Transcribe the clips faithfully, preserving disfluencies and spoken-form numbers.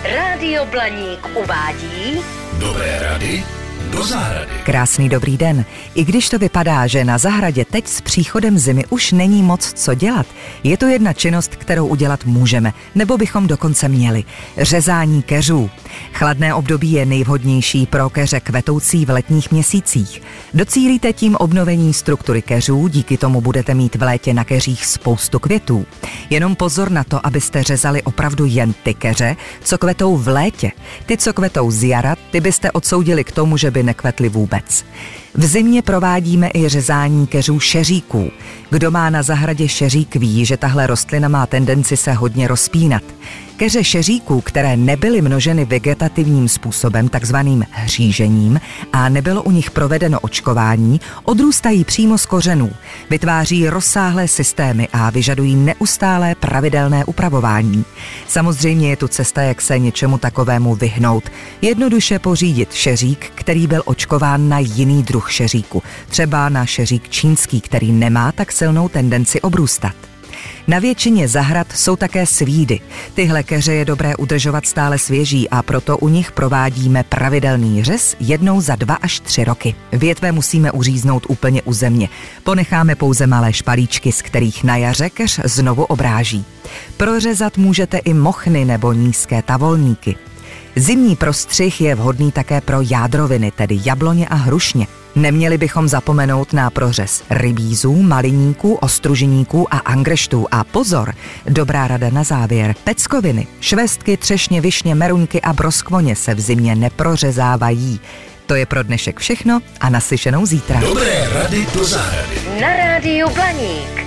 Rádio Blaník uvádí Dobré rady do zahrady. Krásný dobrý den. I když to vypadá, že na zahradě teď s příchodem zimy už není moc co dělat, je to jedna činnost, kterou udělat můžeme, nebo bychom dokonce měli. Řezání keřů. Chladné období je nejvhodnější pro keře kvetoucí v letních měsících. Docílíte tím obnovení struktury keřů, díky tomu budete mít v létě na keřích spoustu květů. Jenom pozor na to, abyste řezali opravdu jen ty keře, co kvetou v létě. Ty, co kvetou z jara, ty byste odsoudili k tomu, že by nekvetly vůbec. V zimě provádíme i řezání keřů šeříků. Kdo má na zahradě šeřík, ví, že tahle rostlina má tendenci se hodně rozpínat. Keře šeříků, které nebyly množeny vegetativním způsobem, takzvaným hřížením, a nebylo u nich provedeno očkování, odrůstají přímo z kořenů, vytváří rozsáhlé systémy a vyžadují neustálé pravidelné upravování. Samozřejmě je tu cesta, jak se něčemu takovému vyhnout. Jednoduše pořídit šeřík, který byl očkován na jiný druh šeříku, třeba na šeřík čínský, který nemá tak silnou tendenci obrůstat. Na většině zahrad jsou také svídy. Tyhle keře je dobré udržovat stále svěží a proto u nich provádíme pravidelný řez jednou za dva až tři roky. Větve musíme uříznout úplně u země. Ponecháme pouze malé špalíčky, z kterých na jaře keř znovu obráží. Prořezat můžete i mochny nebo nízké tavolníky. Zimní prostřih je vhodný také pro jádroviny, tedy jabloně a hrušně. Neměli bychom zapomenout na prořez rybízů, maliníků, ostruženíků a angreštů. A pozor, dobrá rada na závěr. Peckoviny, švestky, třešně, višně, meruňky a broskvoně se v zimě neprořezávají. To je pro dnešek všechno a naslyšenou zítra. Dobré rady do zahrady. na Rádiu Blaník.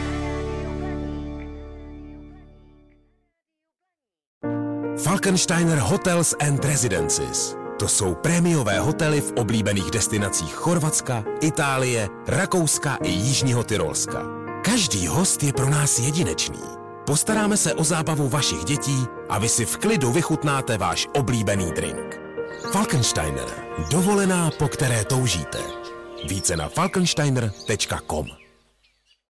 Falkensteiner Hotels and Residences. To jsou prémiové hotely v oblíbených destinacích Chorvatska, Itálie, Rakouska i Jižního Tyrolska. Každý host je pro nás jedinečný. Postaráme se o zábavu vašich dětí a vy si v klidu vychutnáte váš oblíbený drink. Falkensteiner. Dovolená, po které toužíte. Více na falkensteiner tečka com.